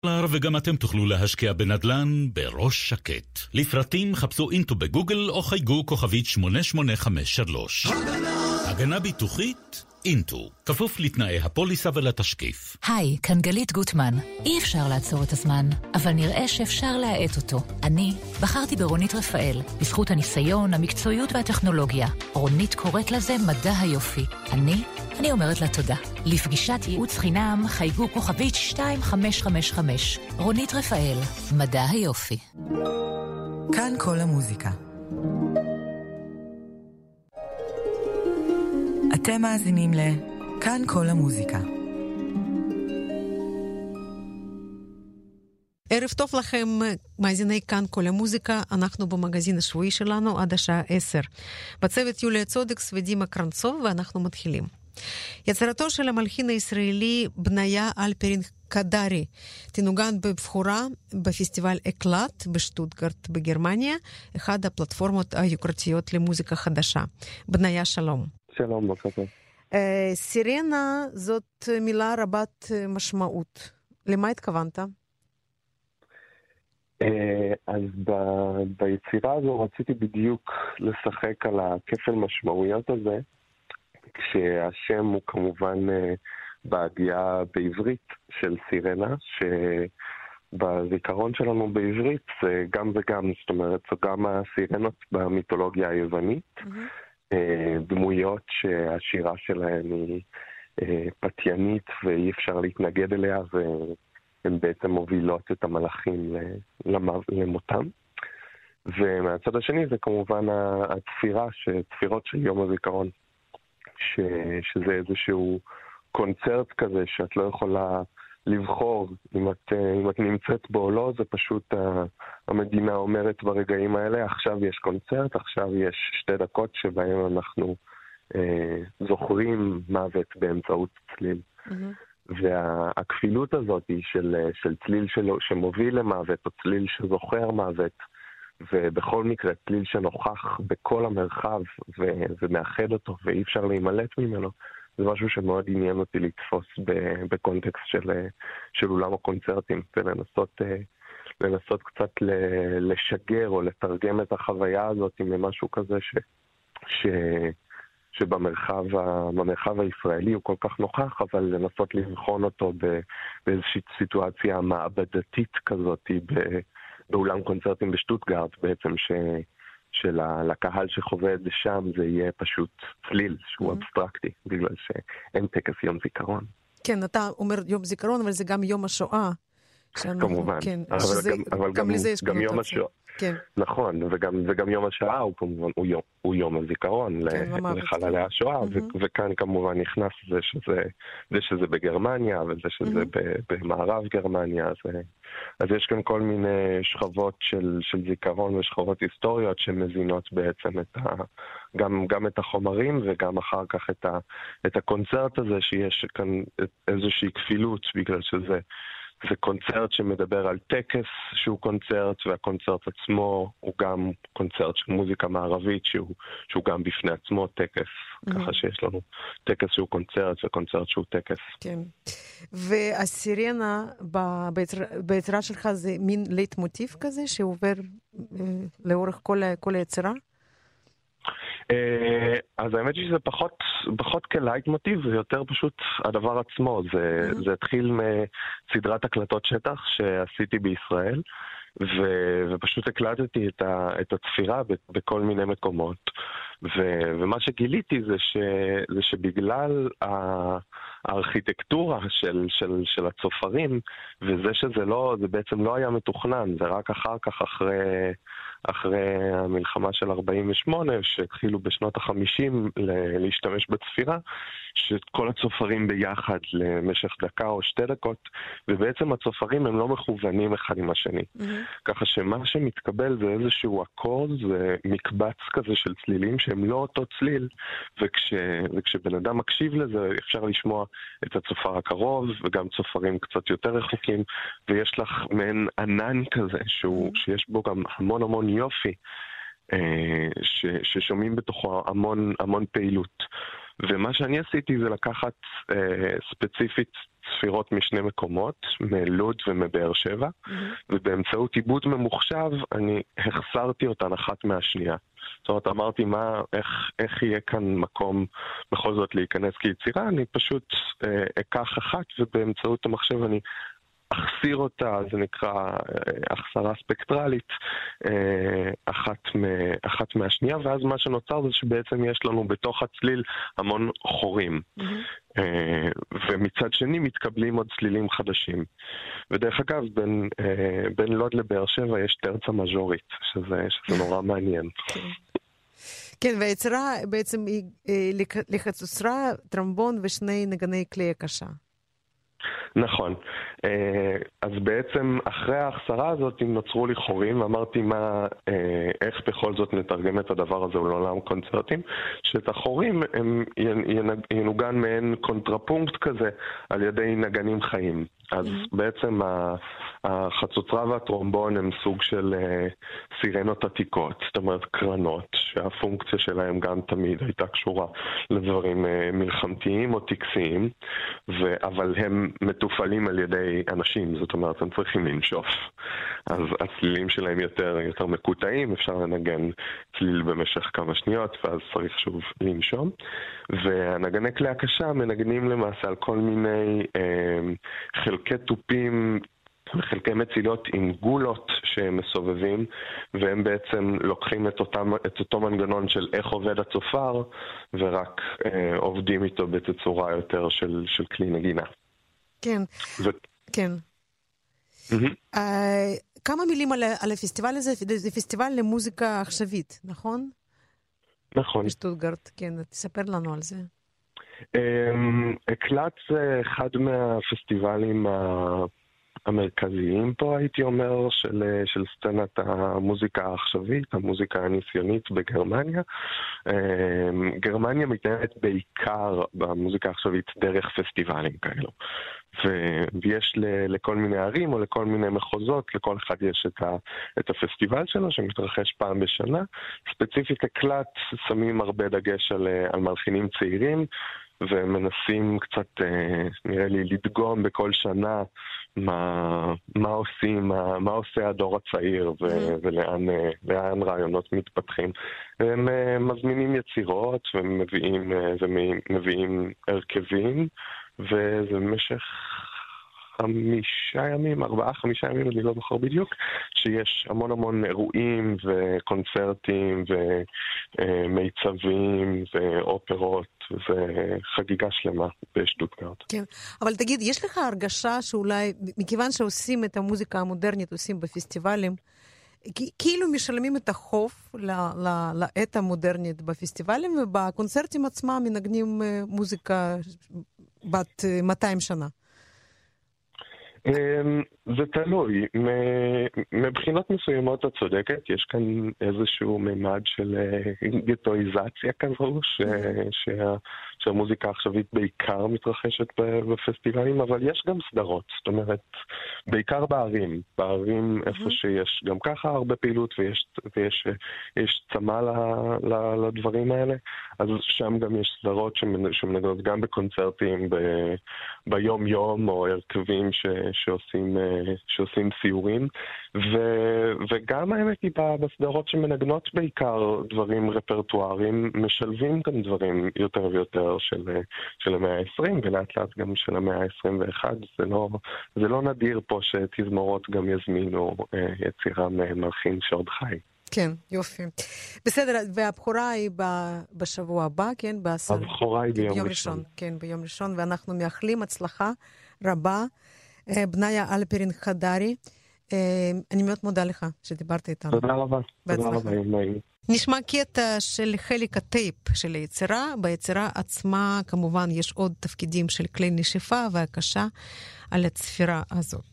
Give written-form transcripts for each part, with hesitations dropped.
וגם אתם תוכלו להשקיע בנדלן בראש שקט. לפרטים חפשו אינטו בגוגל או חייגו כוכבית 8853. הגנה ביטוחית אינטו, כפוף לתנאי הפוליסה ולתשקיף. היי, כאן גלית גוטמן. אי אפשר לעצור את הזמן, אבל נראה שאפשר להאט אותו. אני בחרתי ברונית רפאל, בזכות הניסיון, המקצועיות והטכנולוגיה. רונית קוראת לזה מדע היופי. אני אומרת לה תודה. לפגישת ייעוץ חינם חייגו כוכבית 2555. רונית רפאל, מדע היופי. כאן כל המוזיקה. אתם מאזינים כאן כל המוזיקה. ערב טוב לכם, מאזיני כאן כל המוזיקה. אנחנו במגזין השבועי שלנו עד השעה 10. בצוות יוליה צודקס ודימה קרנצוב, ואנחנו מתחילים. יצירתו של המלחין הישראלי בניה אלפרין קדרי תנוגן בבחורה בפסטיבל אקלט בשטוטגרט בגרמניה, אחד הפלטפורמות היוקרתיות למוזיקה חדשה. בניה, שלום. שלום, בוקר טוב. סירנה זאת מילה רבת משמעות. למה התכוונת? אז ביצירה הזו רציתי בדיוק לשחק על הכפל משמעויות הזה, כשהשם הוא כמובן בהגיעה בעברית של סירנה, שבזיכרון שלנו בעברית זה גם וגם, זאת אומרת, זה גם הסירנות במיתולוגיה היוונית, דמויות שהשירה שלהן היא פתיינית ואי אפשר להתנגד אליה, והן בעצם מובילות את המלאכים למותם. ומהצד השני זה כמובן התפירות של יום הזיכרון, שזה איזשהו קונצרט כזה שאת לא יכולה לבחור אם את נמצאת בו או לא, זה פשוט המדינה אומרת ברגעים האלה, עכשיו יש קונצרט, עכשיו יש 2 דקות שבהם אנחנו זוכרים מוות באמצעות צליל. והכפילות הזאת היא של צליל שמוביל למוות או צליל שזוכר מוות, ובכל מקרה צליל שנוכח בכל המרחב ומאחד אותו ואי אפשר להימלט ממנו, זה משהו שמאוד עניין אותי לתפוס בקונטקסט של אולם הקונצרטים, ולנסות קצת לשגר או לתרגם את החוויה הזאת ממשהו כזה שבמרחב הישראלי הוא כל כך נוכח, אבל לנסות לבחון אותו באיזושהי סיטואציה מעבדתית כזאת באולם קונצרטים בשטוטגרט, בעצם שלקהל שחווה את זה שם זה יהיה פשוט צליל שהוא אבסטרקטי, בגלל שאין טקס יום זיכרון. כן, אתה אומר יום זיכרון, אבל זה גם יום השואה. כמובן, אבל גם יום השואה. כן. נכון, וגם יום השעה הוא כמובן, הוא יום הזיכרון לחללי השואה, וכאן כמובן נכנס זה שזה בגרמניה, וזה שזה במערב גרמניה, אז יש כאן כל מיני שכבות של זיכרון ושכבות היסטוריות שמזינות בעצם גם את החומרים וגם אחר כך את הקונצרט הזה, שיש כאן איזושהי כפילות בגלל שזה קונצרט שמדבר על טקס שהוא קונצרט, והקונצרט עצמו הוא גם קונצרט של מוזיקה מערבית שהוא גם בפני עצמו טקס, ככה שיש לנו טקס שהוא קונצרט וקונצרט שהוא טקס. כן. והסירנה ביצירה שלך זה מין לייט מוטיב כזה שעובר לאורך כל היצירה? אז האמת שזה פחות כלייט מוטיב, זה יותר פשוט הדבר עצמו. זה התחיל מסדרת הקלטות שטח שעשיתי בישראל, ופשוט הקלטתי את התפירה בכל מיני מקומות. ומה שגיליתי זה שבגלל הארכיטקטורה של הצופרים, וזה זה בעצם לא היה מתוכנן, זה רק אחר כך אחרי המלחמה של 48, שהתחילו בשנות ה-50 להשתמש בצפירה, שכל הצופרים ביחד למשך דקה או 2 דקות, ובעצם הצופרים הם לא מכוונים אחד עם השני. ככה שמה שמתקבל זה איזשהו אקורד, זה מקבץ כזה של צלילים שהם לא אותו צליל, וכשבן אדם מקשיב לזה אפשר לשמוע את הצופר הקרוב, וגם צופרים קצת יותר רחוקים, ויש לך מעין ענן כזה, שיש בו גם המון יופי, ששומעים בתוכו המון פעילות. ומה שאני עשיתי זה לקחת ספציפית ספירות משני מקומות, מלוד ומבאר שבע, ובאמצעות עיבוד ממוחשב אני החסרתי אותן אחת מהשנייה. זאת אומרת, אמרתי איך יהיה כאן מקום בכל זאת להיכנס כיצירה, אני פשוט אקח אחת ובאמצעות המחשב אני אחסיר אותה, זה נקרא החסרה ספקטרלית, אחת מהשנייה, ואז מה שנוצר זה שבעצם יש לנו בתוך הצליל המון חורים. ומצד שני מתקבלים עוד צלילים חדשים. ודרך אגב, בין לוד לבאר שבע יש טרצה מז'ורית, שזה נורא מעניין. כן, והיצירה בעצם היא לחצוצרה, טרומבון ושני נגני כלי הקשה. נכון. אז בעצם אחרי ההחסרה הזאת נוצרו לי חורים, ואמרתי איך בכל זאת נתרגם את הדבר הזה לעולם קונצרטים, שאת החורים הם ינוגן מעין קונטרפונקט כזה על ידי נגנים חיים. אז בעצם החצוצרה והטרומבון הם סוג של סירנות עתיקות, זאת אומרת קרנות, שהפונקציה שלהם גם תמיד הייתה קשורה לדברים מלחמתיים או טקסיים, אבל הם מתופעלים על ידי אנשים, זאת אומרת הם צריכים לנשוף. אז הצלילים שלהם יותר מקוטעים, אפשר לנגן צליל במשך כמה שניות ואז צריך שוב לנשום. והנגני כלי הקשה מנגנים למעשה על כל מיני חלקי טופים וחלקי מצילות עם גולות שהם מסובבים, והם בעצם לוקחים את אותו מנגנון של איך עובד הצופר, ורק עובדים איתו בתצורה יותר של כלי נגינה. כן, כן. כמה מילים על הפסטיבל הזה? זה פסטיבל למוזיקה עכשווית, נכון? נכון. בשטוטגרט, כן, תספר לנו על זה. אקלט זה אחד מהפסטיבלים המרכזיים פה, הייתי אומר, של סצנת המוזיקה העכשווית, המוזיקה הניסיונית בגרמניה. גרמניה מתנהלת בעיקר במוזיקה העכשווית דרך פסטיבלים כאלו. ויש לכל מיני ערים או לכל מיני מחוזות, לכל אחד יש את הפסטיבל שלו שמתרחש פעם בשנה. ספציפית אקלט שמים הרבה דגש על מלחינים צעירים, ומנסים קצת, נראה לי, לדגום בכל שנה מה עושה הדור הצעיר ולאן רעיונות מתפתחים. הם מזמינים יצירות ומביאים הרכבים, וזה במשך 5 ימים, 4-5 ימים, אני לא זוכר בדיוק, שיש המון אירועים וקונצרטים ומיצבים ואופרות, וחגיגה שלמה בשטוטגרט. כן, אבל תגיד, יש לך הרגשה שאולי, מכיוון שעושים את המוזיקה המודרנית, עושים בפסטיבלים, כאילו משלמים את החוב לעת המודרנית בפסטיבלים, ובקונצרטים עצמם מנגנים מוזיקה בת 200 שנה? זה תלוי. מבחינות מסוימות את צודקת, יש כאן איזשהו ממד של גטואיזציה כזו, שהמוזיקה העכשווית בעיקר מתרחשת בפסטיבלים, אבל יש גם סדרות, זאת אומרת, בעיקר בערים איפה שיש גם ככה הרבה פעילות ויש צמא לדברים האלה, אז שם גם יש סדרות שמנגנות גם בקונצרטים ביום יום, או הרכבים שעושים סיורים, וגם האמת היא בסדרות שמנגנות בעיקר דברים רפרטואריים, משלבים גם דברים יותר ויותר של המאה ה-20, ולאט לאט גם של המאה ה-21. זה לא נדיר פה שתזמורות גם יזמינו יצירה ממלחין שעוד חי. כן, יופי. בסדר, והבחורה היא בשבוע הבא, כן? הבחורה היא ביום ראשון. כן, ביום ראשון, ואנחנו מאחלים הצלחה רבה. בניה אלפרין חדרי, אני מאוד מודה לך שדיברת איתנו. תודה רבה. תודה רבה. נשמע קטע של חלק הטייפ של היצירה. ביצירה עצמה כמובן יש עוד תפקידים של כלי נשיפה והקשה על הצפירה הזאת.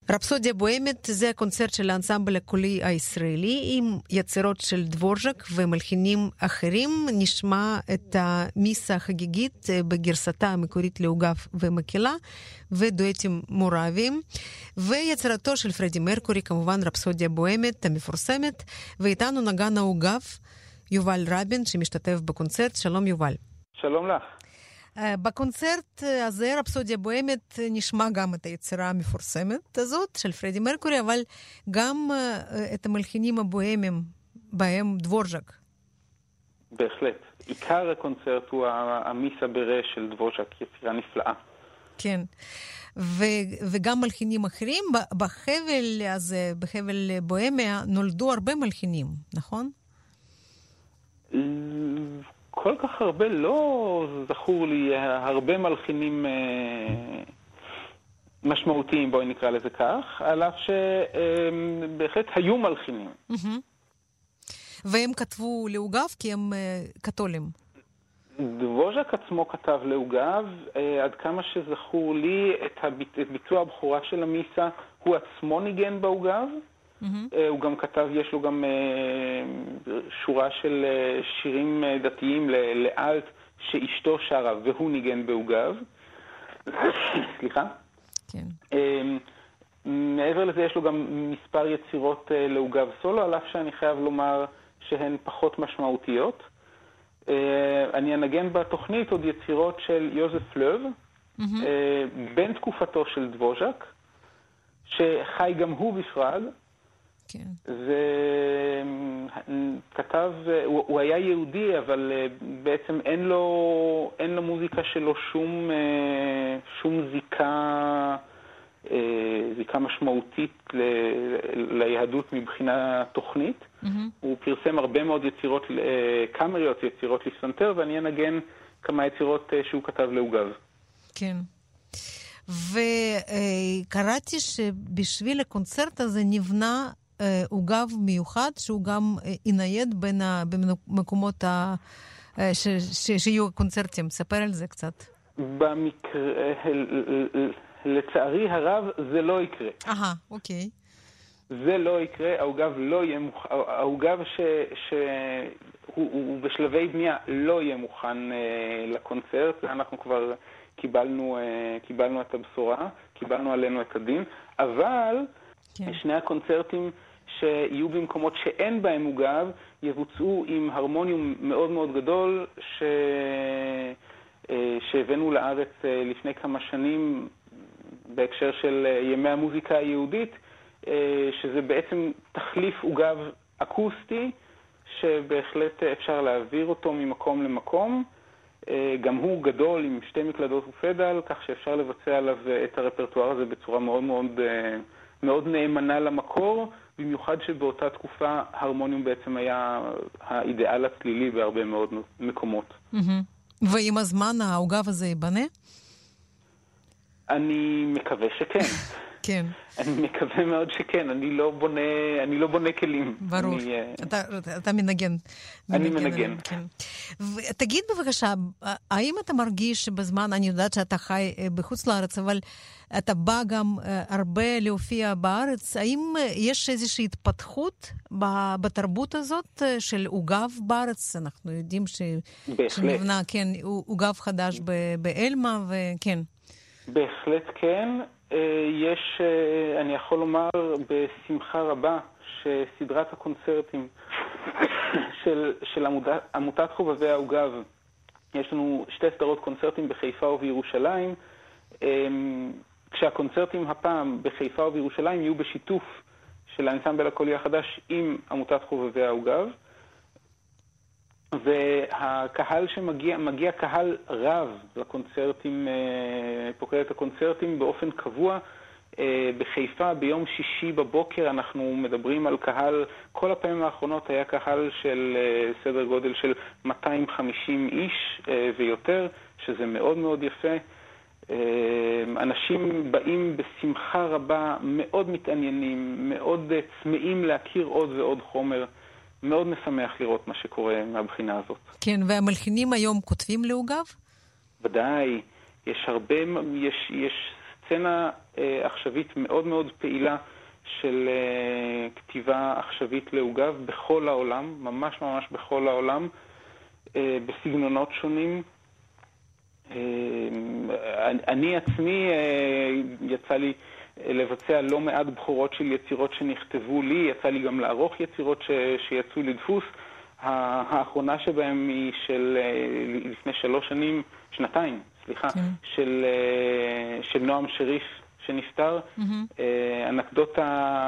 רפסודיה בוהמית זה הקונצרט של האנסמבל הקולי הישראלי עם יצירות של דבורז'ק ומלחינים אחרים. נשמע את המיסה החגיגית בגרסתה המקורית לעוגב ומקהלה ודואטים מורביים, ויצירתו של פרדי מרקורי, כמובן רפסודיה בוהמית המפורסמת. ואיתנו נגן העוגב יובל רבין שמשתתף בקונצרט. שלום יובל. שלום לך. בקונצרט הזה, רפסודיה בוהמית, נשמע גם את היצירה המפורסמת הזאת של פרדי מרקורי, אבל גם את המלחינים הבוהמים, בהם דבורז'ק. בהחלט. עיקר הקונצרט הוא המיסה ברה של דבורז'ק, יצירה נפלאה. כן. וגם מלחינים אחרים. בחבל הזה, בחבל בוהמיה, נולדו הרבה מלחינים, נכון? כל כך הרבה לא זכור לי, הרבה מלחינים משמעותיים, בואי נקרא לזה כך, על אף שבהחלט היו מלחינים. והם כתבו לעוגב כי הם קתולים. דבורז'ק עצמו כתב לעוגב, עד כמה שזכור לי, את ביצוע הבכורה של המיסה הוא עצמו ניגן בעוגב. הוא גם כתב, יש לו גם שורה של שירים דתיים לאלט שאשתו שרה והוא ניגן בעוגב. סליחה. כן. מעבר לזה יש לו גם מספר יצירות לעוגב סולו, על אף שאני חייב לומר שהן פחות משמעותיות. אני אנגן בתוכנית עוד יצירות של יוזף לב, בין תקופתו של דבורז'ק, שחי גם הוא בפראג. כן. וכתב, הוא היה יהודי, אבל בעצם אין לו מוזיקה שלו שום זיקה משמעותית ליהדות מבחינה תוכנית. הוא פרסם הרבה מאוד יצירות קאמריות, יצירות לפסנתר, ואני אנגן כמה יצירות שהוא כתב לעוגב. כן. וקראתי שבשביל הקונצרט הזה נבנה עוגב מיוחד, שהוא גם ינייד בין המקומות שיהיו קונצרטים. ספר על זה קצת. במקרה, לצערי הרב, זה לא יקרה. אוקיי. זה לא יקרה, העוגב שהוא בשלבי בנייה לא יהיה מוכן לקונצרט, אנחנו כבר קיבלנו את הבשורה, קיבלנו עלינו את הדין, אבל שני הקונצרטים שיהיו במקומות שאין בהם עוגב, יבוצעו עם הרמוניום מאוד מאוד גדול שהבאנו לארץ לפני כמה שנים בהקשר של ימי המוזיקה היהודית, שזה בעצם תחליף עוגב אקוסטי, שבהחלט אפשר להעביר אותו ממקום למקום. גם הוא גדול עם 2 מקלדות ופדל, כך שאפשר לבצע עליו את הרפרטואר הזה בצורה מאוד מאוד, מאוד נאמנה למקור, במיוחד שבאותה תקופה הרמוניום בעצם היה האידאל הצלילי בהרבה מאוד מקומות. ועם הזמן העוגב הזה ייבנה? אני מקווה שכן. כן. אני מקווה מאוד שכן, אני לא בונה כלים. ברור, אתה מנגן. אני מנגן. כן. תגיד בבקשה, האם אתה מרגיש שבזמן, אני יודעת שאתה חי בחוץ לארץ, אבל אתה בא גם הרבה להופיע בארץ, האם יש איזושהי התפתחות בתרבות הזאת של עוגב בארץ? אנחנו יודעים שנבנה, כן, עוגב חדש באלמה, וכן. בהחלט כן. יש, אני יכול לומר בשמחה רבה, שסדרת הקונצרטים של עמותת חובבי העוגב, יש לנו 2 סדרות קונצרטים בחיפה ובירושלים, כשהקונצרטים הפעם בחיפה ובירושלים יהיו בשיתוף של האנסמבל הקולי החדש עם עמותת חובבי העוגב, והקהל מגיע קהל רב לקונצרטים, פוקד הקונצרטים באופן קבוע. בחיפה ביום שישי בבוקר אנחנו מדברים על קהל, כל הפעמים האחרונות היה קהל של סדר גודל של 250 איש ויותר, שזה מאוד מאוד יפה. אנשים באים בשמחה רבה, מאוד מתעניינים, מאוד צמאים להכיר עוד ועוד חומר. מאוד משמח לראות מה שקורה מהבחינה הזאת. כן, והמלחינים היום כותבים לעוגב? ודאי, יש סצנה עכשווית מאוד מאוד פעילה של כתיבה עכשווית לעוגב בכל העולם, ממש ממש בכל העולם, בסגנונות שונים. אני עצמי יצא לי לבצע לא מעט בחורות של יצירות שנכתבו לי, יצא לי גם לערוך יצירות שיצאו לדפוס. האחרונה שבהם היא של לפני 2 שנתיים, של נועם שריף שנפטר. אנקדוטה,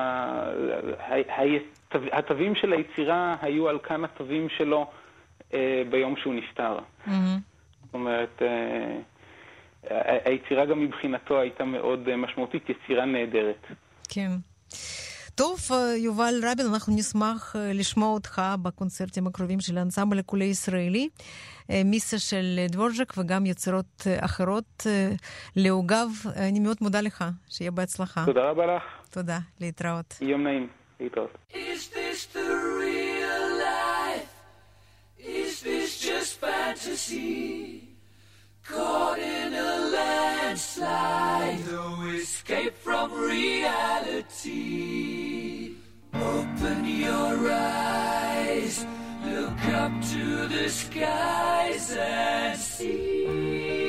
התווים של היצירה היו על כאן התווים שלו ביום שהוא נפטר. זאת אומרת, היצירה גם מבחינתו הייתה מאוד משמעותית, יצירה נהדרת. כן. טוב, יובל רבין, אנחנו נשמח לשמוע אותך בקונצרטים הקרובים של האנסמבל הקולי ישראלי, מיסה של דבורג'ק וגם יצירות אחרות לעוגב. אני מאוד מודה לך, שיהיה בהצלחה. תודה רבה לך. תודה, להתראות. יום נעים, להתראות. Is this the real life? Is this just fantasy? Caught in a landslide, no escape from reality. Open your eyes, look up to the skies and see.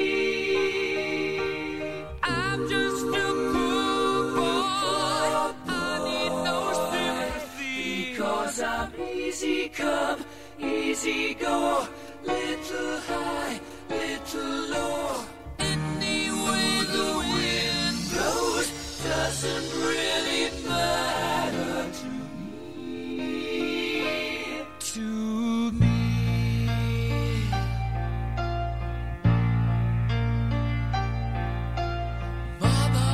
I'm just a poor boy, I need no sympathy, because I'm easy come, easy go, little high, little low. Any way the wind blows doesn't really matter to me. To me. Mama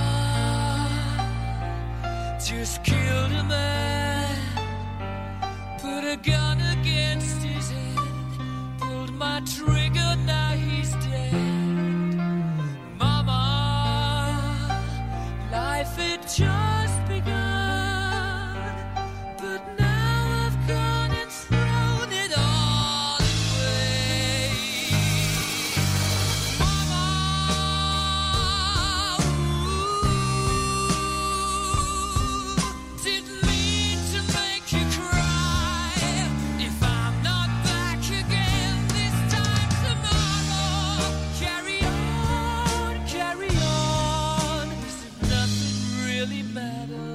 just killed a man, put a gun against his head, pulled my trigger, now he's dead. Mama, life had just begun, but now I've gone and thrown it all away. Mama, didn't mean to make you cry. If I'm not back again this time tomorrow, carry on, as if nothing really matters.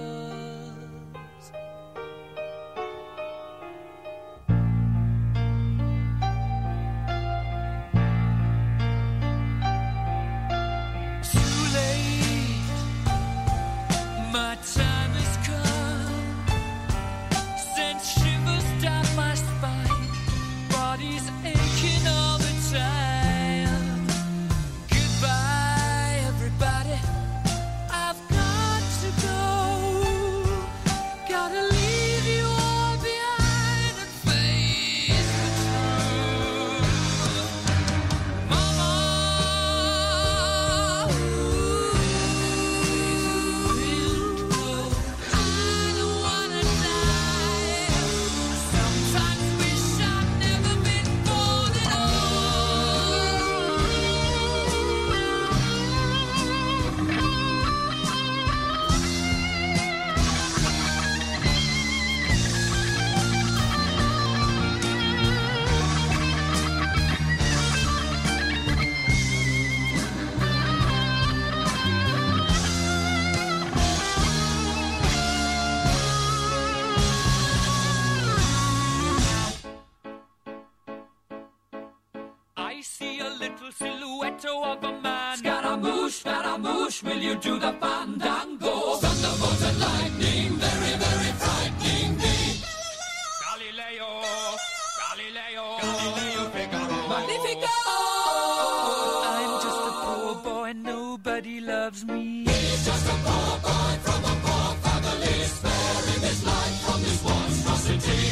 Too late, my time has come, sent shivers down my spine, body's aching all the time. Goodbye, everybody, I've got to go, gotta leave you all behind and face the truth. Mama, I don't wanna die. Sometimes wish I'd never been born at all. I see a little silhouette of a man. Scaramouche, will you do the fandango? Thunderbolt and lightning, very, very frightening me. Galileo, Figaro. Magnifico! I'm just a poor boy, nobody loves me. He's just a poor boy from a poor family, sparing his life from this monstrosity.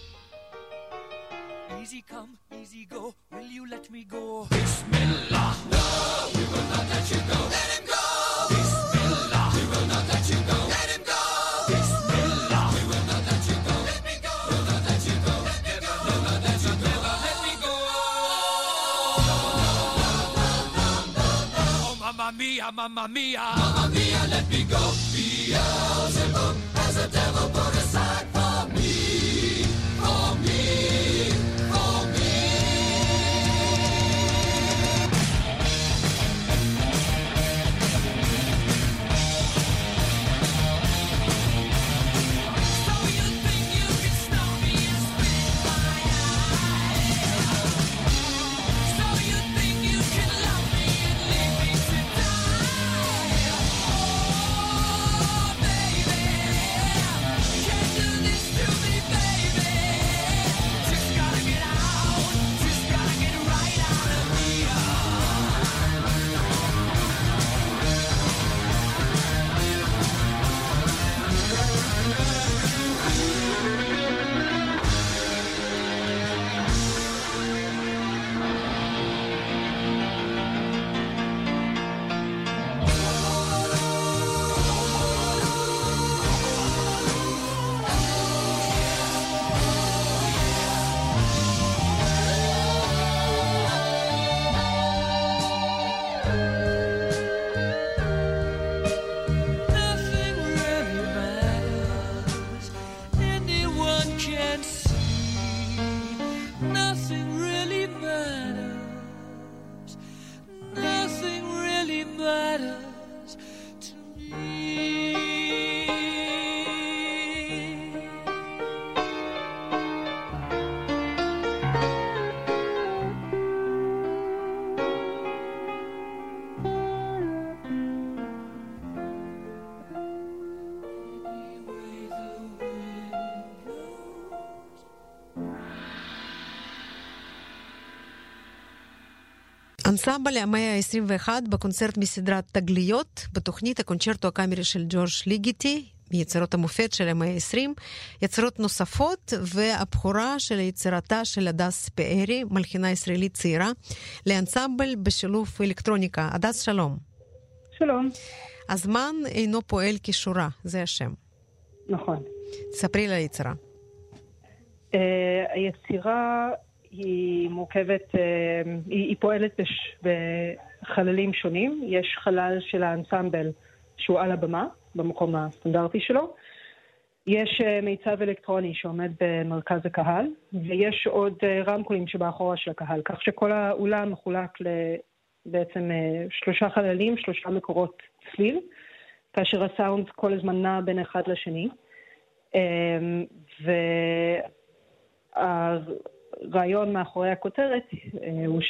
Easy come, easy go, will you let me go? Bismillah, no, we will not let you go. Let him go! Bismillah, we will not let you go. Let him go! Bismillah, we will not let you go. Let me go! We'll not let you go. Let me go! We'll not let you go. Let me go! Oh, mama, Mamma mia, mamma mia. Mamma mia, let me go. Beelzebub has a devil put aside for me, for me, for me. So you think you can stop me and spit in my eye? So you think you can love me and leave me to die? Oh, baby, can't do this to me, baby. Just gotta get out, just gotta get right out of here. Nothing really matters. Anyone can see. Nothing really matters. Nothing really matters to me. אנסמבל המאה ה-21 בקונצרט מסדרת תגליות, בתוכנית הקונצ'רטו הקאמרי של ג'ורג' ליגיטי, מיצירות המופת של המאה ה-20, יצירות נוספות והבחורה של יצירתה של הדס פארי, מלחינה ישראלית צעירה, לאנסמבל בשילוב אלקטרוניקה. הדס, שלום. שלום. הזמן אינו פועל כשורה, זה השם. נכון. ספרי על היצירה. היצירה היא מורכבת, היא פועלת בחללים שונים. יש חלל של האנסמבל שהוא על הבמה, במקום הסטנדרטי שלו. יש מיצב אלקטרוני שעומד במרכז הקהל, ויש עוד רמקולים שבאחורה של הקהל, כך שכל האולם מחולק בעצם 3 חללים, 3 מקורות צליל, כאשר הסאונד כל הזמן נע בין אחד לשני. והרעיון מאחורי הכותרת הוא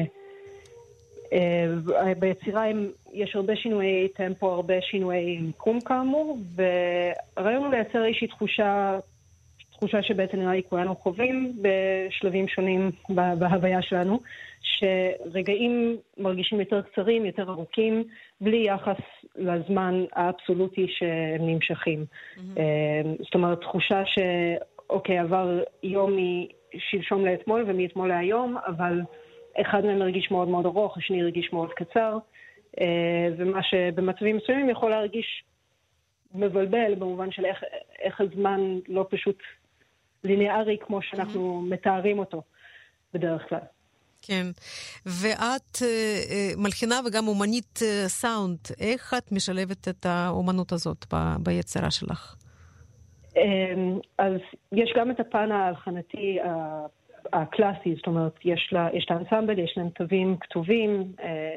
שביצירה יש הרבה שינויי טמפו, הרבה שינויי מיקום כאמור, והרעיון הוא לייצר איזושהי תחושה שבעצם נראה לי כולנו חווים בשלבים שונים בהוויה שלנו, שרגעים מרגישים יותר קצרים, יותר ארוכים, בלי יחס לזמן האבסולוטי שהם נמשכים. זאת אומרת, תחושה שאוקיי, עבר יום משלשום לאתמול ומאתמול להיום, אבל אחד מהם הרגיש מאוד מאוד ארוך, השני הרגיש מאוד קצר, ומה שבמצבים מסוימים יכול להרגיש מבלבל, במובן של איך הזמן לא פשוט ליניארי כמו שאנחנו מתארים אותו בדרך כלל. כן, ואת מלחינה וגם אומנית סאונד, איך את משלבת את האומנות הזאת ביצירה שלך? אז יש גם את הפן ההלחנתי הקלאסי, זאת אומרת, יש את האנסמבל, יש להם תווים כתובים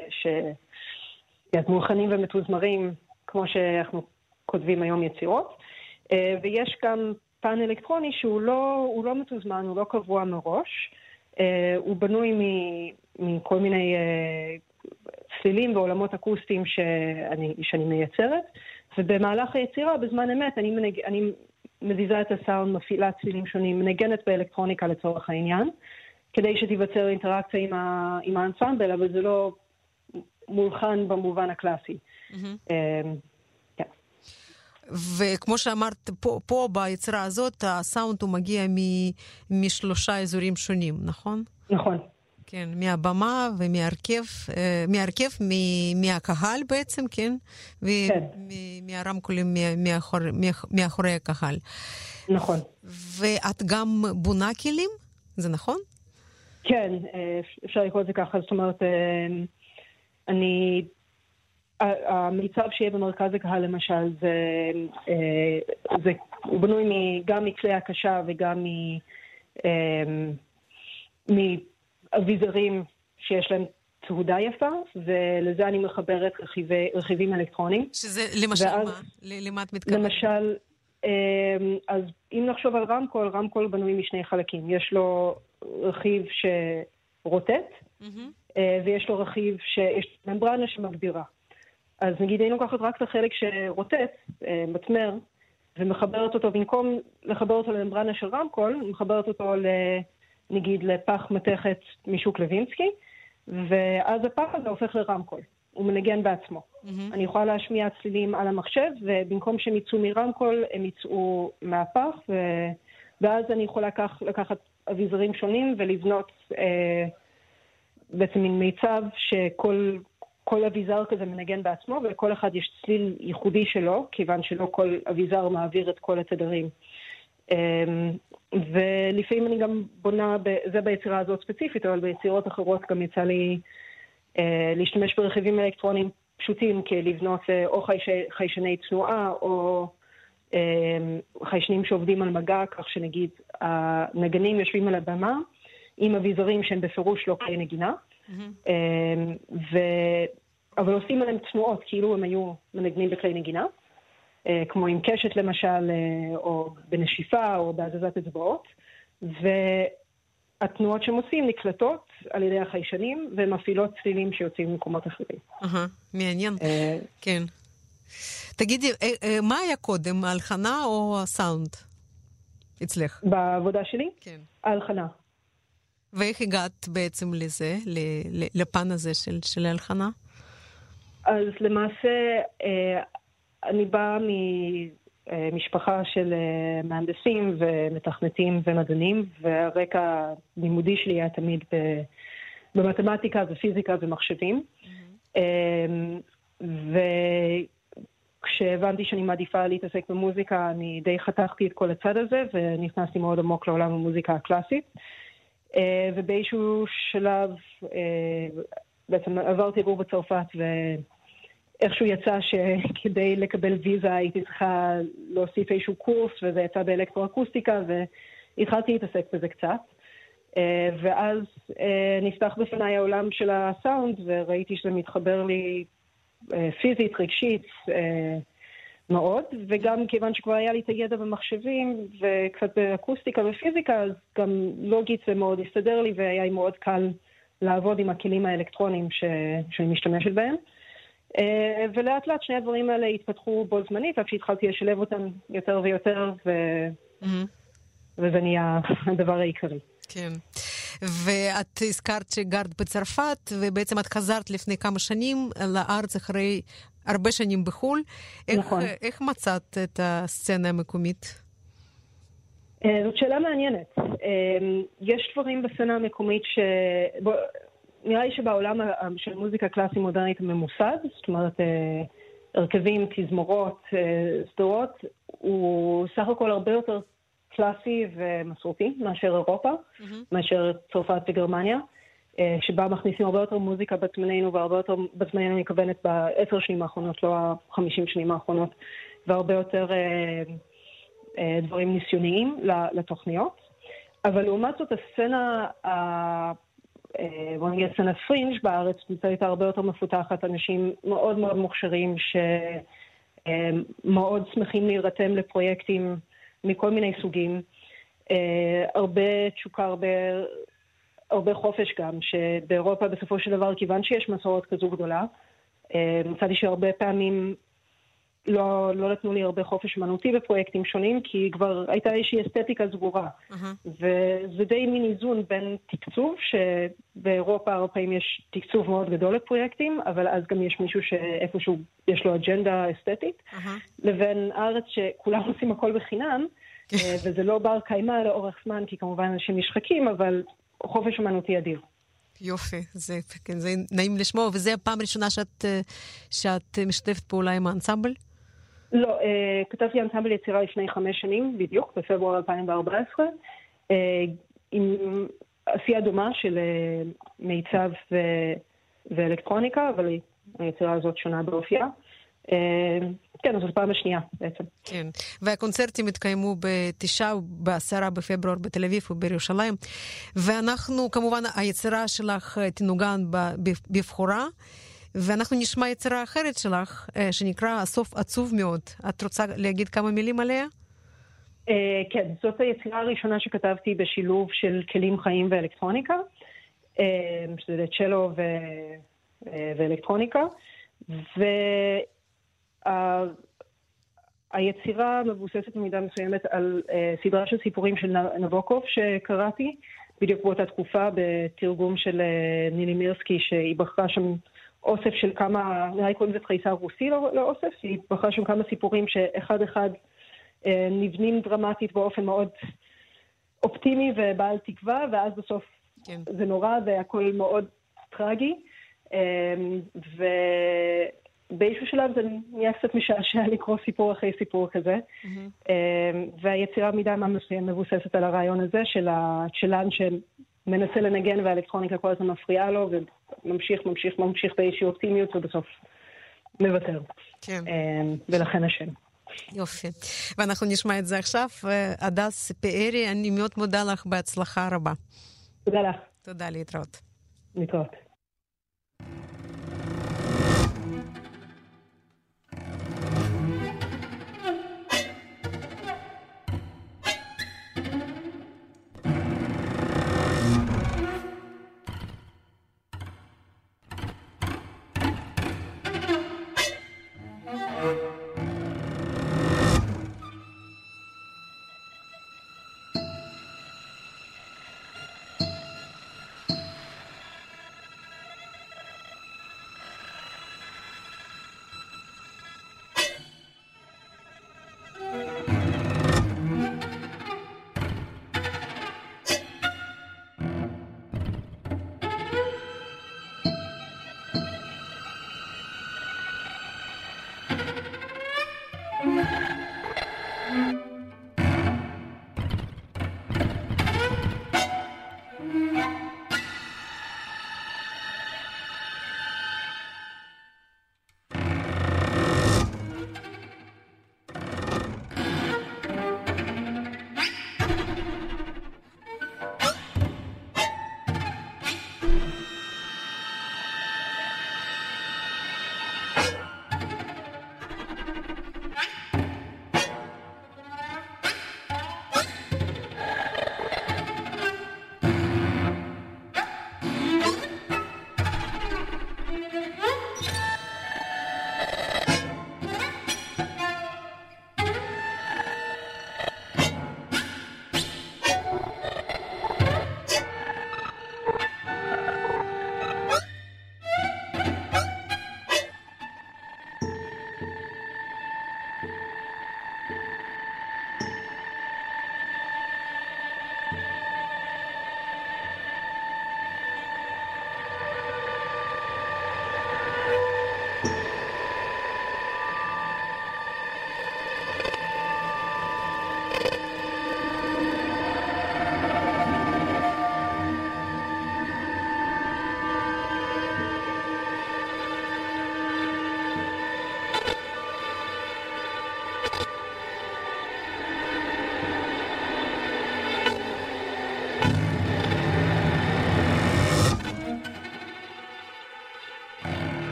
שמולחנים ומתוזמרים כמו שאנחנו כותבים היום יצירות, ויש גם פן אלקטרוני שהוא לא מתוזמן, הוא לא קבוע מראש, הוא בנוי מכל מיני צלילים ועולמות אקוסטיים שאני מייצרת, ובמהלך היצירה, בזמן אמת, אני מזיזה את הסאונד, מפעילה צלילים שונים, מנגנת באלקטרוניקה לצורך העניין, כדי שתיווצר אינטראקציה עם האנסמבל, אבל זה לא מולחן במובן הקלאסי. וכמו שאמרת, פה ביצירה הזאת, הסאונד הוא מגיע מ3 אזורים שונים, נכון? נכון. כן, מהבמה מהרכב, מהקהל בעצם, כן? ומהרמקולים מאחורי הקהל. נכון. ואת גם בונה כלים? זה נכון? כן, אפשר לקרוא את זה ככה. זאת אומרת, אני המיצב שיהיה במרכז הקהל למשל, הוא בנוי גם מכלי הקשה וגם מאביזרים שיש להם צהודה יפה, ולזה אני מחברת רכיבים אלקטרוניים. שזה למשל מה? למה את מתכוונת? למשל, אז אם נחשוב על רמקול, רמקול בנוי משני חלקים. יש לו רכיב שרוטט, ויש לו רכיב שיש ממברנה שמגבירה. אז נגיד, אני לוקחת רק את החלק שרוטט, מתמר, ומחברת אותו, במקום לחבר אותו לממברנה של רמקול, מחברת אותו נגיד לפח מתכת משוק לוינסקי, ואז הפח הזה הופך לרמקול. הוא מנגן בעצמו. אני יכולה להשמיע צלילים על המחשב, ובמקום שהם יצאו מרמקול, הם יצאו מהפח, ואז אני יכולה לקחת אביזרים שונים ולבנות בעצם מין מיצב שכל אביזר כזה מנגן בעצמו, ולכל אחד יש צליל ייחודי שלו, כיוון שלא כל אביזר מעביר את כל התדרים. ולפעמים אני גם בונה, זה ביצירה הזאת ספציפית, אבל ביצירות אחרות גם יצא לי להשתמש ברכיבים אלקטרוניים פשוטים, כלבנות או חיישני תנועה, או חיישנים שעובדים על מגע, כך שנגיד הנגנים יושבים על הבמה, עם אביזרים שהם בפירוש לא כלי נגינה, אבל עושים עליהם תנועות, כאילו הם היו מנגנים בכלי נגינה, כמו עם קשת למשל, או בנשיפה, או בהזזת אצבעות, והתנועות שהם עושים נקלטות על ידי החיישנים, ומפעילות צלילים שיוצאים ממקומות אחרים. מעניין, כן. תגידי, מה היה קודם, ההלחנה או הסאונד אצלך? בעבודה שלי? כן. ההלחנה. ואיך הגעת בעצם לזה, לפן הזה של ההלחנה? אז למעשה, אני באה ממשפחה של מהנדסים ומתכנתים ומדענים, והרקע לימודי שלי היה תמיד במתמטיקה ופיזיקה ומחשבים. וכשהבנתי שאני מעדיפה להתעסק במוזיקה, אני די חתכתי את כל הצד הזה, ונכנסתי מאוד עמוק לעולם המוזיקה הקלאסית. ובאיזשהו שלב בעצם עברתי לגור בצרפת, ואיכשהו יצא שכדי לקבל ויזה הייתי צריכה להוסיף איזשהו קורס, וזה יצא באלקטרואקוסטיקה, והתחלתי להתעסק בזה קצת. ואז נפתח בפניי העולם של הסאונד, וראיתי שזה מתחבר לי פיזית, רגשית, מאוד, וגם כיוון שכבר היה לי את הידע במחשבים וקצת באקוסטיקה ופיזיקה, אז גם לוגית זה מאוד הסתדר לי, והיה לי מאוד קל לעבוד עם הכלים האלקטרוניים שאני משתמשת בהם. ולאט לאט שני הדברים האלה התפתחו בו זמנית, עד שהתחלתי לשלב אותם יותר ויותר, וזה נהיה הדבר העיקרי. כן. ואת הזכרת שגרת בצרפת, ובעצם את חזרת לפני כמה שנים לארץ אחרי הרבה שנים בחול. נכון. איך מצאת את הסצנה המקומית? זאת שאלה מעניינת. יש דברים בסצנה המקומית נראה לי שבעולם של מוזיקה קלאסית מודרנית ממוסד, זאת אומרת, הרכבים, תזמורות, סדרות, הוא סך הכל הרבה יותר קלאסי ומסורתי מאשר אירופה, מאשר צרפת וגרמניה, שבה מכניסים הרבה יותר מוזיקה בזמננו, והרבה יותר בזמננו אני מכוונת ב10 שנים האחרונות, לא ה50 שנים האחרונות, והרבה יותר דברים ניסיוניים לתוכניות. אבל לעומת זאת, הסצנה, בוא נגיד, הסצנה פרינג' בארץ, נמצאת הרבה יותר מפותחת, אנשים מאוד מאוד מוכשרים, שמאוד שמחים להירתם לפרויקטים מכל מיני סוגים, הרבה תשוקה, הרבה חופש גם, שבאירופה בסופו של דבר, כיוון שיש מסורת כזו גדולה, מצאתי שהרבה פעמים לא נתנו לי הרבה חופש מנותי בפרויקטים שונים, כי כבר הייתה איזושהי אסתטיקה סגורה. וזה די מין איזון בין תקצוב, שבאירופה הרבה פעמים יש תקצוב מאוד גדול לפרויקטים, אבל אז גם יש מישהו שאיפשהו יש לו אג'נדה אסתטית, לבין הארץ שכולם עושים הכל בחינם, וזה לא בר קיימה לאורך זמן, כי כמובן אנשים נשחקים, אבל חופש מנותי אדיר. יופי, זה נעים לשמוע, וזה הפעם הראשונה שאת משתפת פעולה עם האנסמבל? לא, כתבתי אנסמבל יצירה לפני 5 שנים, בדיוק, בפברואר 2014, עם עשייה דומה של מיצב ואלקטרוניקה, אבל היצירה הזאת שונה באופייה. כן, זאת פעם השנייה בעצם. כן, והקונצרטים התקיימו ב-10 בפברואר בתל אביב ובירושלים, ואנחנו, כמובן, היצירה שלך תנוגן בבחורה, ואנחנו נשמע יצירה אחרת שלך, שנקרא הסוף עצוב מאוד. את רוצה להגיד כמה מילים עליה? כן, זאת היצירה הראשונה שכתבתי בשילוב של כלים חיים ואלקטרוניקה, שזה צ'לו ואלקטרוניקה, היצירה מבוססת במידה מסוימת על סדרה של סיפורים של נבוקוב שקראתי, בדיוק באותה תקופה בתרגום של נילי מירסקי, שהיא בחרה שם אוסף של כמה, נראה לי קוראים לזה תריסר רוסי לאוסף, היא בחרה שם כמה סיפורים שאחד אחד נבנים דרמטית באופן מאוד אופטימי ובעל תקווה, ואז בסוף כן. זה נורא והכל מאוד טרגי, ובאיזשהו שלב זה נהיה קצת משעשע לקרוא סיפור אחרי סיפור כזה, והיצירה מידה מה מסוים מבוססת על הרעיון הזה של הצ'לן שמנסה לנגן והאלקטרוניקה כל הזמן מפריעה לו, וממשיך באיזושהי אופטימיות ובסוף מוותר. כן. ולכן השם. יופי. ואנחנו נשמע את זה עכשיו. הדס פארי, אני מאוד מודה לך, בהצלחה רבה. תודה לך. תודה, להתראות. להתראות.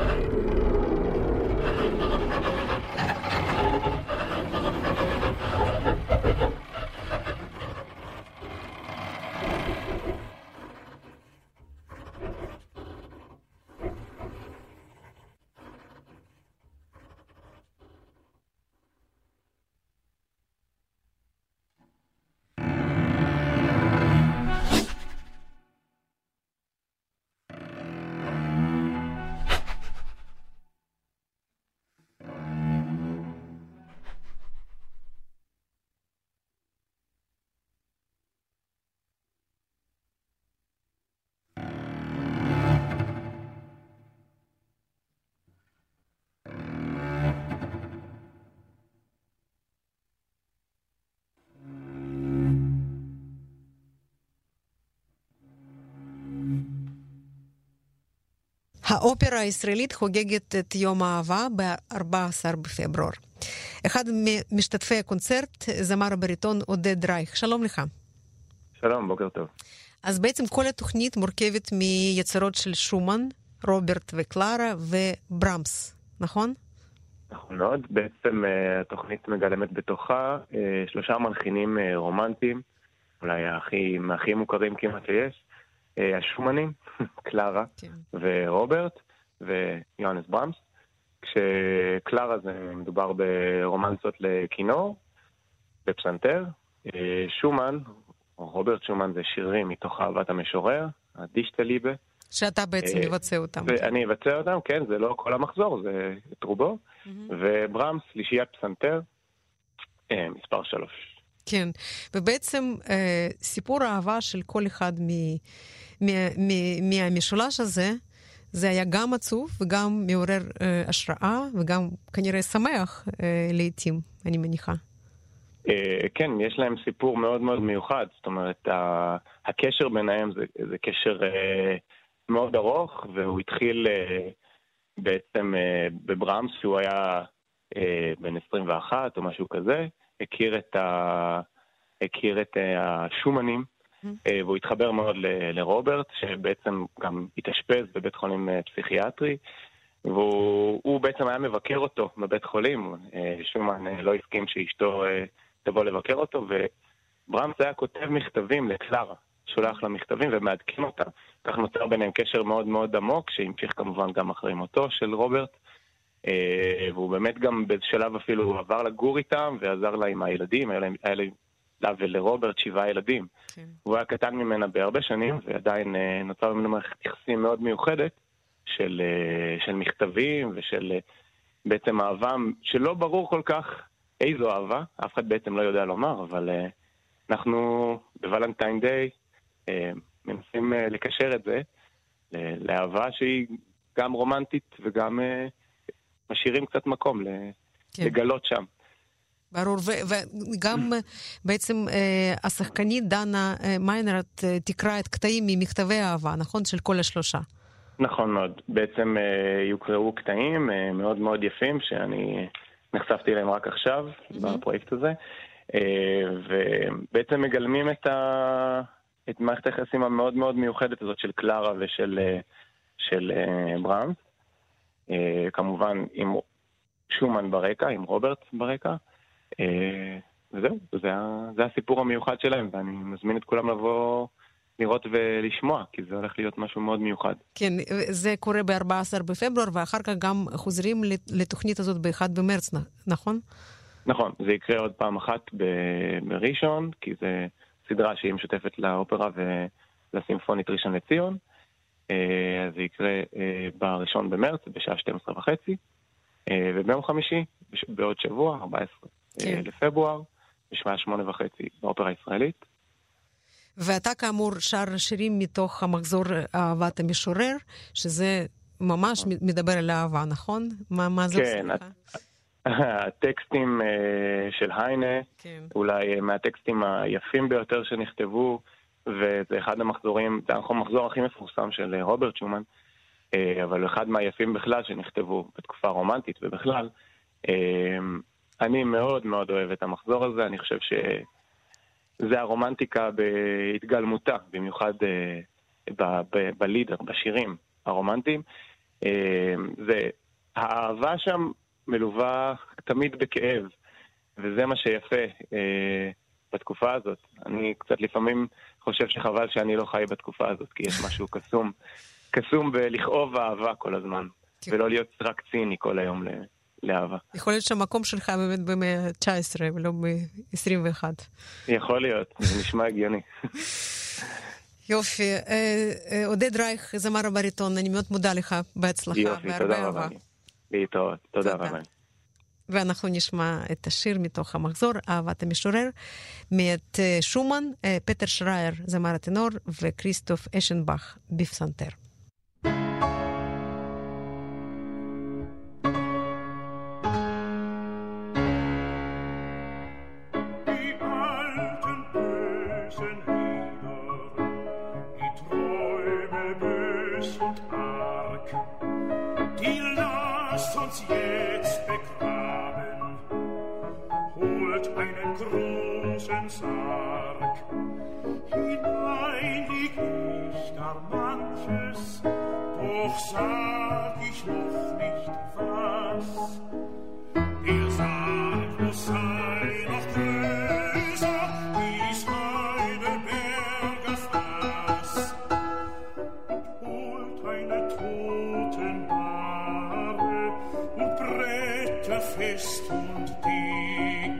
האופרה הישראלית חוגגת את יום האהבה ב-14 בפברואר. אחד ממשתתפי הקונצרט, זמר הבריטון עודד רייך. שלום לך. שלום, בוקר טוב. אז בעצם כל התוכנית מורכבת מיצירות של שומן, רוברט וקלרה וברמס, נכון? נכון מאוד. בעצם התוכנית מגלמת בתוכה 3 מלחינים רומנטיים, אולי הכי מוכרים כמעט שיש. השומנים, קלרה ורוברט ויוהנס ברמס. כשקלרה זה מדובר ברומנסות לכינור, בפסנתר. שומן, או רוברט שומן, זה שירים מתוך אהבת המשורר, הדישטה ליבה. שאתה בעצם מבצע אותם. אני אבצע אותם, כן, זה לא כל המחזור, זה את רובו. וברמס, שלישיית פסנתר, מספר 3. כן, ובעצם סיפור האהבה של כל אחד מהמשולש הזה, זה היה גם עצוב וגם מעורר השראה וגם כנראה שמח לעתים, אני מניחה. כן, יש להם סיפור מאוד מאוד מיוחד, זאת אומרת, הקשר ביניהם זה קשר מאוד ארוך, והוא התחיל בעצם בברמס, שהוא היה בן 21 או משהו כזה, הכיר את השומנים, והוא התחבר מאוד לרוברט, שבעצם גם התאשפז בבית חולים פסיכיאטרי, והוא בעצם היה מבקר אותו בבית חולים. שומן לא הסכים שאשתו תבוא לבקר אותו, וברמס היה כותב מכתבים לקלרה, שולח לה מכתבים ומעדכן אותה. כך נוצר ביניהם קשר מאוד מאוד עמוק, שהמשיך כמובן גם אחרי מותו של רוברט, והוא באמת גם בשלב אפילו עבר לגור איתם ועזר לה עם הילדים. היה לה ולרוברט 7 ילדים. כן. הוא היה קטן ממנה בהרבה שנים, ועדיין נוצר ממנו מערכת יחסים מאוד מיוחדת של מכתבים ושל בעצם אהבה שלא ברור כל כך איזו אהבה, אף אחד בעצם לא יודע לומר, אבל אנחנו בוולנטיין דיי מנסים לקשר את זה לאהבה שהיא גם רומנטית וגם משאירים קצת מקום לגלות שם. ברור, וגם בעצם השחקנית דנה מיינרט תקרא את קטעים ממכתבי האהבה, נכון? של כל 3. נכון מאוד. בעצם יוקראו קטעים מאוד מאוד יפים, שאני נחשפתי אליהם רק עכשיו, בפרויקט הזה, ובעצם מגלמים את מערכת היחסים המאוד מאוד מיוחדת הזאת של קלרה ושל ברמס, כמובן עם שומן ברקע, עם רוברט ברקע, וזהו, זה הסיפור המיוחד שלהם, ואני מזמין את כולם לבוא לראות ולשמוע, כי זה הולך להיות משהו מאוד מיוחד. כן, זה קורה ב-14 בפברואר, ואחר כך גם חוזרים לתוכנית הזאת ב-1 במרץ, נכון? נכון, זה יקרה עוד פעם אחת בראשון, כי זה סדרה שהיא משותפת לאופרה ולסימפונית ראשון לציון, אז זה יקרה ב-1 במרץ, בשעה 12:30, וביום חמישי, בעוד שבוע, 14 לפברואר, בשעה 8:30 באופרה הישראלית. ואתה כאמור שר שירים מתוך המחזור אהבת המשורר, שזה ממש מדבר על האהבה, נכון? מה זה עושה לך? הטקסטים של היינה, אולי מהטקסטים היפים ביותר שנכתבו, וזה אחד המחזורים, זה המחזור הכי מפורסם של רוברט שומן, אבל אחד מהיפים בכלל שנכתבו בתקופה רומנטית ובכלל. אני מאוד מאוד אוהב את המחזור הזה, אני חושב שזה הרומנטיקה בהתגלמותה, במיוחד בלידר, בשירים הרומנטיים. האהבה שם מלווה תמיד בכאב, וזה מה שיפה בתקופה הזאת. אני קצת לפעמים חושב שחבל שאני לא חי בתקופה הזאת, כי יש משהו קסום בלכאוב אהבה כל הזמן, ולא להיות רק ציני כל היום לאהבה. יכול להיות שהמקום שלך באמת במאה ה-19 ולא ב-21. יכול להיות, זה נשמע הגיוני. יופי. עודד רייך, זמר הבריטון, אני מאוד מודה לך, בהצלחה. יופי, תודה רבה. להתראות, תודה רבה. ואנחנו נשמע את השיר מתוך המחזור, אהבת המשורר, מאת שומן, פטר שרייר, זמר הטנור, וכריסטוף אשנבך בפסנתר. Sarg. Hinein lieg ich da manches, doch sag ich noch nicht was. Der Sarg muss sein noch größer, wie's eine Bergerfass, und holt eine Totenbahre und Bretter fest und dick.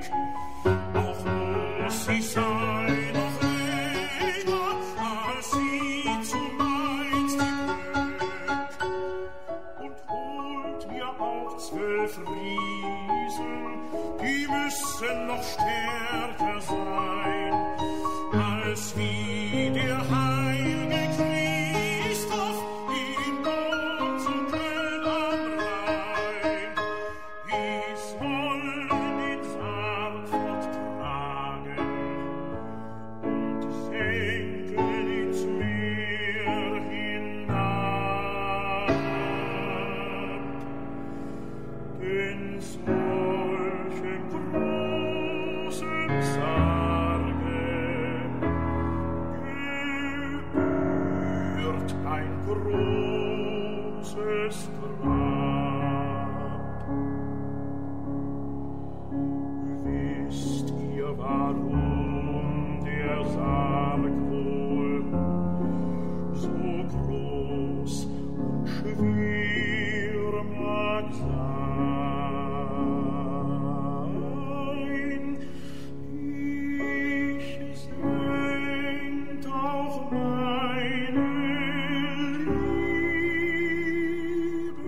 Sie sei noch länger, als sie zu meinst Glück, und holt mir auch 12 Riesen, die müssen noch stärker sein, als wie der heilige Christoph in Gott zu Köln am Rhein. Die sollen den Sarg forttragen und senken ins Meer hinab. Denn solchen großen Sarge gebührt ein großes Grab. Wisst ihr, warum der Sarg wohl so groß und schwer mag sein? Ich senkt auch meine Liebe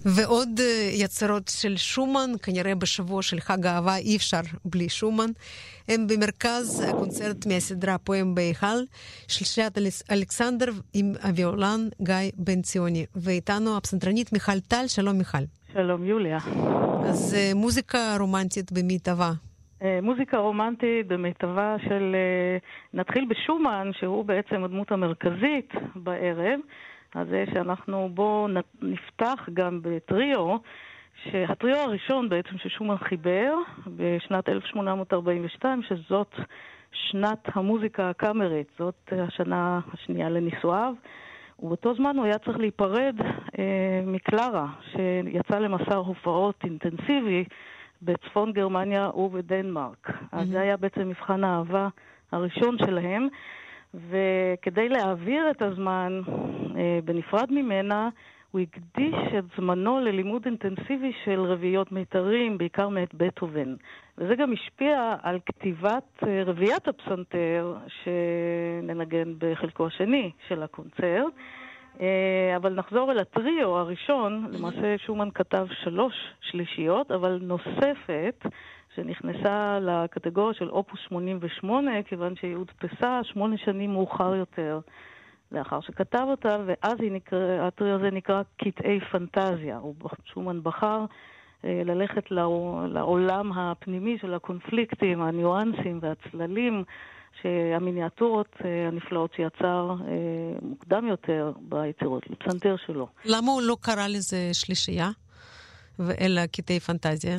ועוד יצירות של שומן, כנראה בשבוע של חג האהבה אי אפשר בלי שומן. הם במרכז הקונצרט מהסדרה פואם בהיכל, שלישיית אלכסנדר עם הוויולן גיא בן ציוני. ואיתנו הפסנתרנית מיכל טל. שלום מיכל. שלום יוליה. אז מוזיקה רומנטית במיטבה. מוזיקה רומנטית במיטבה של... נתחיל בשומן, שהוא בעצם הדמות המרכזית בערב. אז זה שאנחנו בו נפתח גם בטריו, שהטריו הראשון בעצם ששומן חיבר בשנת 1842, שזאת שנת המוזיקה הקאמרית, זאת השנה השנייה לנישואיו, ובאותו זמן הוא היה צריך להיפרד מקלרה, שיצא למסע הופעות אינטנסיבי בצפון גרמניה ובדנמרק. אז זה היה בעצם מבחן האהבה הראשון שלהם, וכדי להעביר את הזמן בנפרד ממנה, הוא הקדיש את זמנו ללימוד אינטנסיבי של רביעיות מיתרים, בעיקר מאת בטהובן. וזה גם השפיע על כתיבת רביעיית הפסנתר, שננגן בחלקו השני של הקונצרט. אבל נחזור אל הטריו הראשון. למעשה שומן כתב 3 שלישיות, אבל נוספת, שנכנסה לקטגוריה של אופוס 88, כיוון שהיא הודפסה 8 שנים מאוחר יותר לאחר שכתב אותה, ואז הטריו הזה נקרא קטעי פנטזיה. שומן בחר ללכת לעולם הפנימי של הקונפליקטים, הניואנסים והצללים, שהמיניאטורות הנפלאות שיצר מוקדם יותר ביצירות לפסנתר שלו. למה הוא לא קרא לזה שלישייה, אלא קטעי פנטזיה?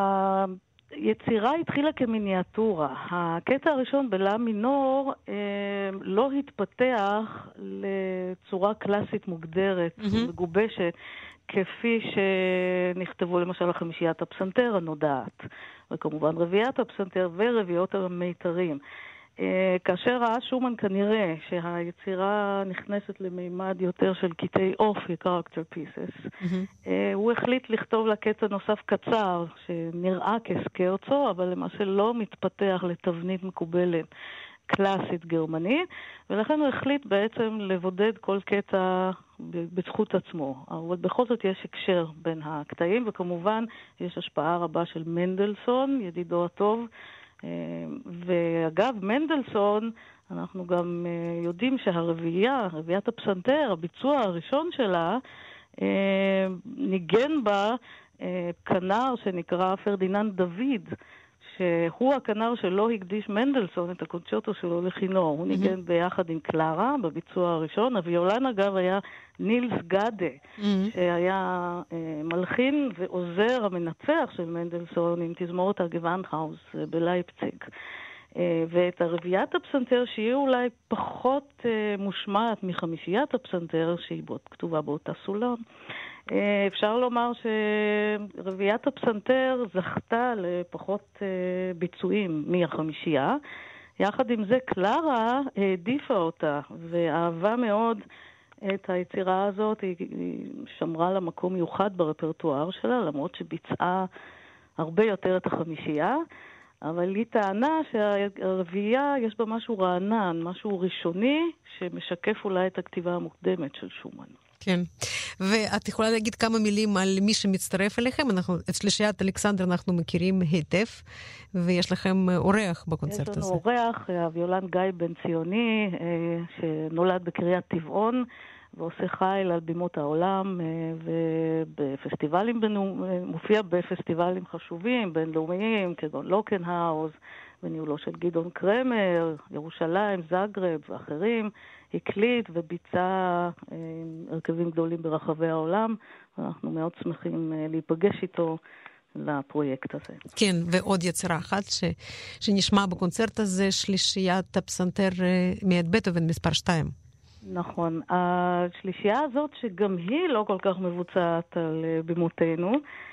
היצירה התחילה כמיניאטורה. הקטע הראשון בלה מינור לא התפתח לצורה קלאסית מוגדרת, מגובשת, כפי שנכתבו למשל החמישיית הפסנתר הנודעת, וכמובן רביעיית הפסנתר ורביעיות המיתרים. כאשר ראה שומן כנראה שהיצירה נכנסת למימד יותר של קטעי אופי, character pieces, הוא החליט לכתוב לה קטע נוסף קצר, שנראה כסקרצו, אבל למעשה לא מתפתח לתבנית מקובלת קלאסית גרמנית, ולכן הוא החליט בעצם לבודד כל קטע בזכות עצמו. אבל בכל זאת יש הקשר בין הקטעים, וכמובן יש השפעה רבה של מנדלסון, ידידו הטוב, ואגב, מנדלסון, אנחנו גם יודעים רביעיית הפסנתר, הביצוע הראשון שלה, ניגן בה כנר שנקרא פרדיננד דוד, שהוא הכנר שלא הקדיש מנדלסון את הקונצ'רטו שלו לכינור. הוא ניגן ביחד עם קלרה בביצוע הראשון. הוויולן אגב היה נילס גאדה, שהיה מלחין ועוזר המנצח של מנדלסון עם תזמורת הגוואנדהאוז בלייפציג. ואת הרביעיית הפסנתר, שהיא אולי פחות מושמעת מחמישיית הפסנתר, שהיא כתובה באותה סולם, אפשר לומר שרביעיית הפסנתר זכתה לפחות ביצועים מהחמישייה. יחד עם זה קלרה העדיפה אותה ואהבה מאוד את היצירה הזאת. היא שמרה לה מקום מיוחד ברפרטואר שלה, למרות שביצעה הרבה יותר את החמישייה. אבל היא טענה שהרביעייה יש בה משהו רענן, משהו ראשוני, שמשקף אולי את הכתיבה המוקדמת של שומן. כן. ואת יכולה להגיד כמה מילים על מי שמצטרף אליכם? את שלישיית אלכסנדר אנחנו מכירים היטב, ויש לכם אורח בקונצרט הזה. יש לנו אורח, הוויולן גיא בן ציוני, שנולד בקריית טבעון, ועושה חיל על בימות העולם, ובפסטיבלים, מופיע בפסטיבלים חשובים, בינלאומיים, כגון לוקנהאוז, בניהולו של גדעון קרמר, ירושלים, זאגרב ואחרים. הקליט וביצע הרכבים גדולים ברחבי העולם, ואנחנו מאוד שמחים להיפגש איתו לפרויקט הזה. כן, ועוד יצירה אחת שנשמע בקונצרט הזה, שלישיית הפסנתר מאת בטהובן מספר 2. נכון. השלישייה הזאת, שגם היא לא כל כך מבוצעת על בימותינו,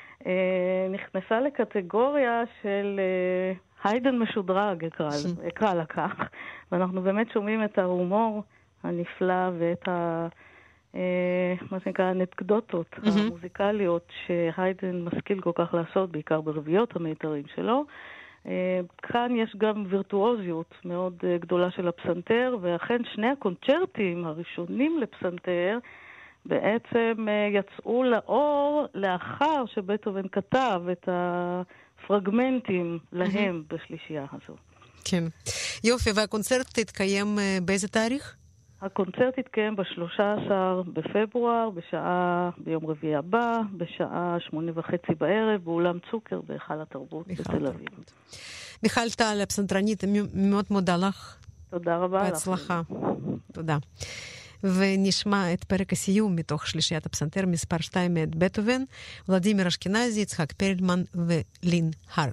נכנסה לקטגוריה של היידן משודרג, אקרא לה כך, ואנחנו באמת שומעים את ההומור הנפלא ואת מה שנקרא הנקדוטות המוזיקליות שהיידן משכיל כל כך לעשות, בעיקר ברביעיות המיתרים שלו. כאן יש גם וירטואוזיות מאוד גדולה של הפסנתר, ואכן שני הקונצ'רטים הראשונים לפסנתר בעצם יצאו לאור לאחר שבטהובן כתב את הפרגמנטים להם בשלישייה הזו. כן. יופי, והקונצרט תתקיים באיזה תאריך? הקונצרט יתקיים ב-13 בפברואר, ביום רביעי הבא, בשעה 8:30 בערב, באולם צוקר, בהיכל התרבות בתל אביב. מיכל טל, הפסנתרנית, מאוד מודה לך. תודה רבה לך. בהצלחה. תודה. ונשמע את פרק הסיום מתוך שלישיית הפסנתר מספר 2 מאת בטהובן, ולדימיר אשכנזי, יצחק פרלמן ולין הרל.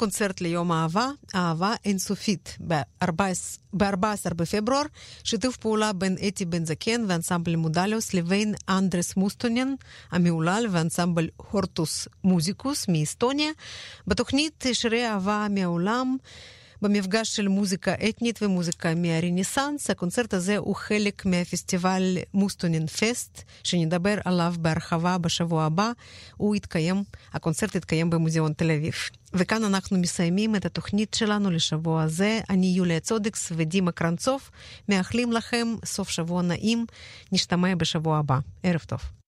קונצרט ליום האהבה, אהבה אינסופית, ב-14 בפברואר, שיתוף פעולה בין אתי בן זקן ואנסמבל מודליוס לבין אנדרס מוסטוניאן המעולל ואנסמבל הורטוס מוזיקוס מאסטוניה. בתוכנית שירי אהבה מהעולם, במפגש של מוזיקה אתנית ומוזיקה מהרנסנס. הקונצרט הזה הוא חלק מהפסטיבל מוסטונין פסט, שנדבר עליו בהרחבה בשבוע הבא. הקונצרט יתקיים במוזיאון תל אביב. וכאן אנחנו מסיימים את התוכנית שלנו לשבוע הזה. אני יוליה צודקס ודימה קרנצוב מאחלים לכם סוף שבוע נעים. נשתמע בשבוע הבא. ערב טוב.